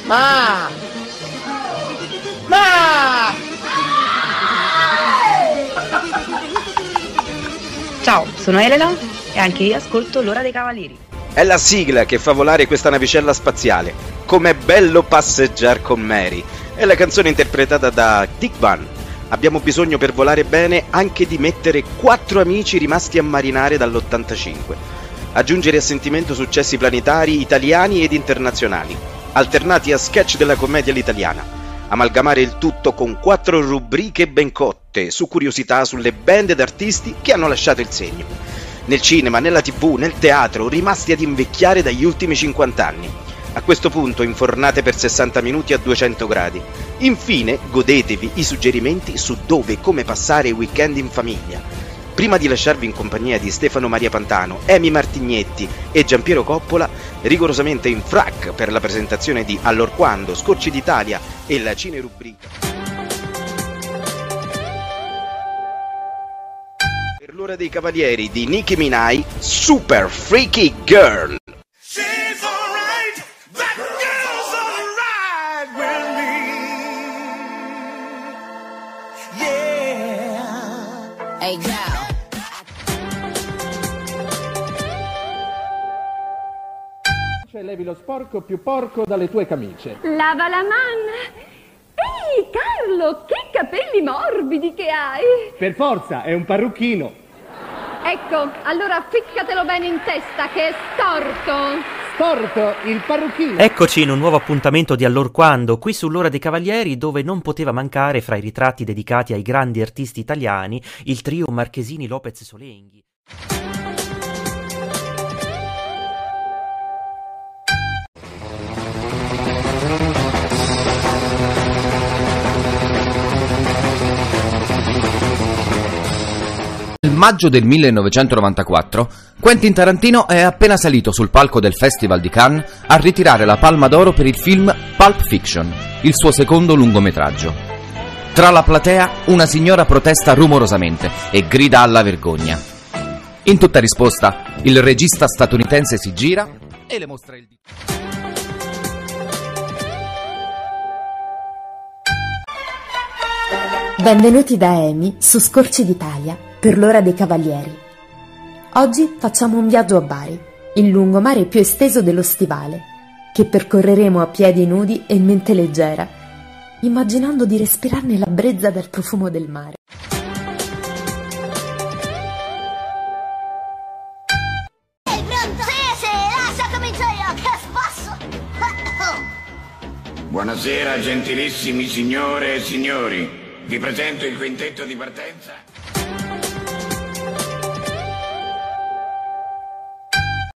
Ma! Ma! Ciao, sono Elena e anche io ascolto L'Ora dei Cavalieri. È la sigla che fa volare questa navicella spaziale. Com'è bello passeggiar con Mary. È la canzone interpretata da Dick Van. Abbiamo bisogno per volare bene anche di mettere 4 amici rimasti a marinare dall'85. Aggiungere a sentimento successi planetari italiani ed internazionali, alternati a sketch della commedia all'italiana. Amalgamare il tutto con 4 rubriche ben cotte su curiosità sulle band ed artisti che hanno lasciato il segno. Nel cinema, nella TV, nel teatro, rimasti ad invecchiare dagli ultimi 50 anni. A questo punto infornate per 60 minuti a 200 gradi. Infine, godetevi i suggerimenti su dove e come passare i weekend in famiglia. Prima di lasciarvi in compagnia di Stefano Maria Pantano, Emi Martignetti e Giampiero Coppola, rigorosamente in frac per la presentazione di Allorquando, Scorci d'Italia e la Cinerubrica. Per l'Ora dei Cavalieri di Nicki Minaj, Super Freaky Girl. Hey, girl. Levi lo sporco più porco dalle tue camicie. Lava la man. Ehi, Carlo, che capelli morbidi che hai! Per forza, è un parrucchino. Ecco, allora ficcatelo bene in testa che è storto. Storto, il parrucchino. Eccoci in un nuovo appuntamento di Allorquando, qui sull'Ora dei Cavalieri, dove non poteva mancare fra i ritratti dedicati ai grandi artisti italiani il trio Marchesini Lopez Solenghi. Nel maggio del 1994, Quentin Tarantino è appena salito sul palco del Festival di Cannes a ritirare la Palma d'Oro per il film Pulp Fiction, il suo secondo lungometraggio. Tra la platea, una signora protesta rumorosamente e grida alla vergogna. In tutta risposta, il regista statunitense si gira e le mostra il dito. Benvenuti da Emi su Scorci d'Italia per l'Ora dei Cavalieri. Oggi facciamo un viaggio a Bari, il lungomare più esteso dello Stivale, che percorreremo a piedi nudi e mente leggera, immaginando di respirarne la brezza del profumo del mare. Buonasera gentilissimi signore e signori, vi presento il quintetto di partenza.